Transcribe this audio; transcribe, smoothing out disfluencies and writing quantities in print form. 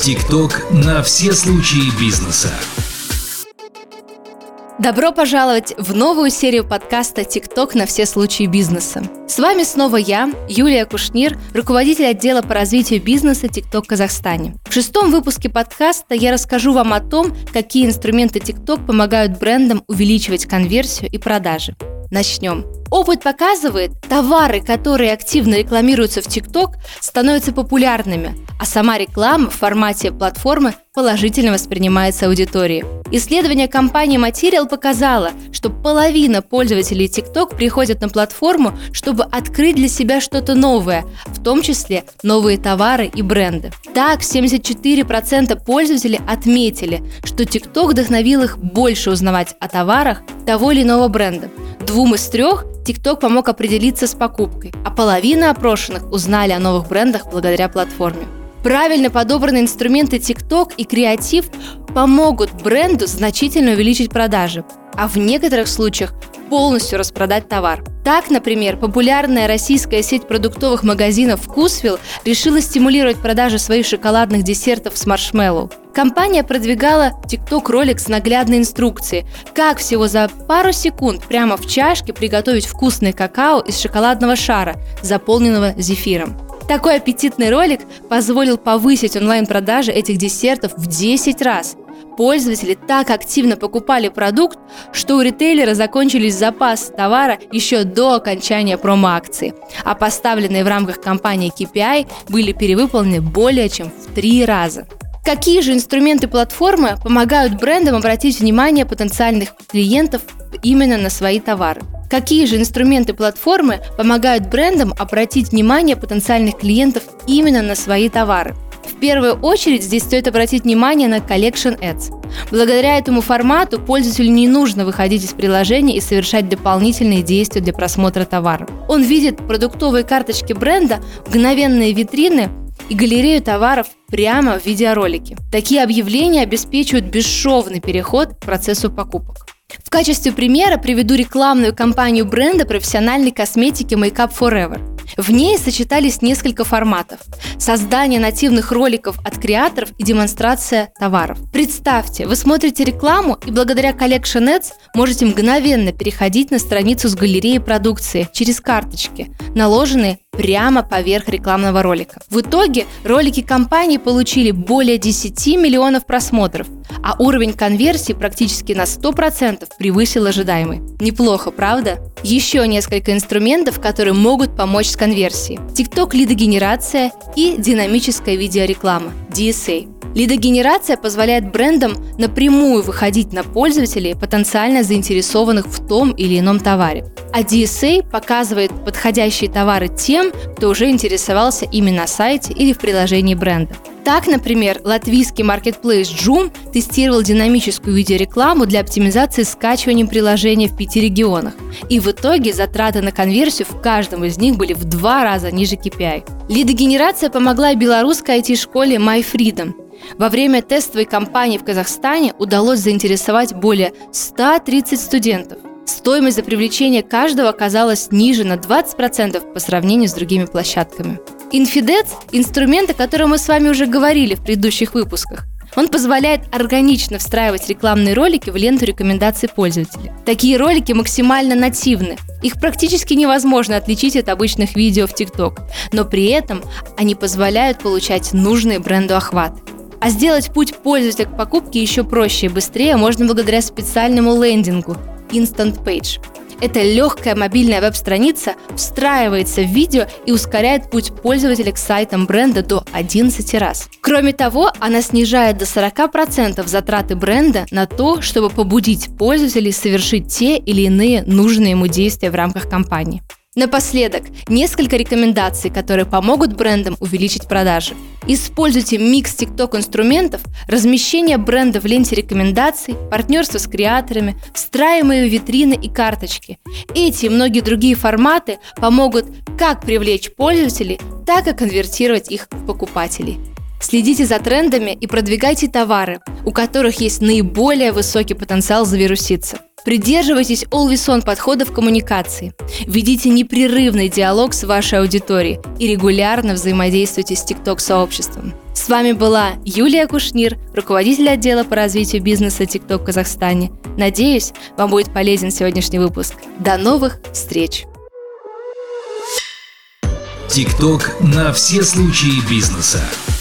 ТикТок на все случаи бизнеса. Добро пожаловать в новую серию подкаста «ТикТок на все случаи бизнеса». С вами снова я, Юлия Кушнир, руководитель отдела по развитию бизнеса «ТикТок Казахстане». В 6-м выпуске подкаста я расскажу вам о том, какие инструменты ТикТок помогают брендам увеличивать конверсию и продажи. Начнем. Опыт показывает, товары, которые активно рекламируются в ТикТок, становятся популярными, а сама реклама в формате платформы положительно воспринимается аудиторией. Исследование компании Material показало, что половина пользователей TikTok приходят на платформу, чтобы открыть для себя что-то новое, в том числе новые товары и бренды. Так, 74% пользователей отметили, что TikTok вдохновил их больше узнавать о товарах того или иного бренда. 2 из 3 TikTok помог определиться с покупкой, а половина опрошенных узнали о новых брендах благодаря платформе. Правильно подобранные инструменты TikTok и креатив помогут бренду значительно увеличить продажи, а в некоторых случаях полностью распродать товар. Так, например, популярная российская сеть продуктовых магазинов «Вкусвилл» решила стимулировать продажи своих шоколадных десертов с маршмеллоу. Компания продвигала в TikTok ролик с наглядной инструкцией, как всего за пару секунд прямо в чашке приготовить вкусный какао из шоколадного шара, заполненного зефиром. Такой аппетитный ролик позволил повысить онлайн-продажи этих десертов в 10 раз. Пользователи так активно покупали продукт, что у ритейлера закончились запасы товара еще до окончания промо-акции, а поставленные в рамках кампании KPI были перевыполнены более чем в 3 раза. Какие же инструменты платформы помогают брендам обратить внимание потенциальных клиентов именно на свои товары? Какие же инструменты платформы помогают брендам обратить внимание потенциальных клиентов именно на свои товары? В первую очередь здесь стоит обратить внимание на Collection Ads. Благодаря этому формату пользователю не нужно выходить из приложения и совершать дополнительные действия для просмотра товара. Он видит продуктовые карточки бренда, мгновенные витрины и галерею товаров прямо в видеоролике. Такие объявления обеспечивают бесшовный переход к процессу покупок. В качестве примера приведу рекламную кампанию бренда профессиональной косметики Make Up Forever. В ней сочетались несколько форматов: создание нативных роликов от креаторов и демонстрация товаров. Представьте, вы смотрите рекламу и благодаря Collection Ads можете мгновенно переходить на страницу с галереей продукции через карточки, наложенные прямо поверх рекламного ролика. В итоге ролики компании получили более 10 миллионов просмотров, а уровень конверсии практически на 100% превысил ожидаемый. Неплохо, правда? Еще несколько инструментов, которые могут помочь с конверсией. TikTok лидогенерация и динамическая видеореклама DSA. Лидогенерация позволяет брендам напрямую выходить на пользователей, потенциально заинтересованных в том или ином товаре. А DSA показывает подходящие товары тем, кто уже интересовался ими на сайте или в приложении бренда. Так, например, латвийский маркетплейс Joom тестировал динамическую видеорекламу для оптимизации скачивания приложения в 5 регионах. И в итоге затраты на конверсию в каждом из них были в 2 раза ниже KPI. Лидогенерация помогла и белорусской IT-школе MyFreedom. Во время тестовой кампании в Казахстане удалось заинтересовать более 130 студентов. Стоимость за привлечение каждого оказалась ниже на 20% по сравнению с другими площадками. Infidets – инструмент, о котором мы с вами уже говорили в предыдущих выпусках. Он позволяет органично встраивать рекламные ролики в ленту рекомендаций пользователя. Такие ролики максимально нативны. Их практически невозможно отличить от обычных видео в TikTok, но при этом они позволяют получать нужный бренду охват. А сделать путь пользователя к покупке еще проще и быстрее можно благодаря специальному лендингу Instant Page. Эта легкая мобильная веб-страница встраивается в видео и ускоряет путь пользователя к сайтам бренда до 11 раз. Кроме того, она снижает до 40% затраты бренда на то, чтобы побудить пользователей совершить те или иные нужные ему действия в рамках кампании. Напоследок, несколько рекомендаций, которые помогут брендам увеличить продажи. Используйте микс TikTok инструментов, размещение бренда в ленте рекомендаций, партнерство с креаторами, встраиваемые витрины и карточки. Эти и многие другие форматы помогут как привлечь пользователей, так и конвертировать их в покупателей. Следите за трендами и продвигайте товары, у которых есть наиболее высокий потенциал завируситься. Придерживайтесь always-on подхода в коммуникации. Ведите непрерывный диалог с вашей аудиторией и регулярно взаимодействуйте с TikTok-сообществом. С вами была Юлия Кушнир, руководитель отдела по развитию бизнеса TikTok в Казахстане. Надеюсь, вам будет полезен сегодняшний выпуск. До новых встреч! TikTok на все случаи бизнеса.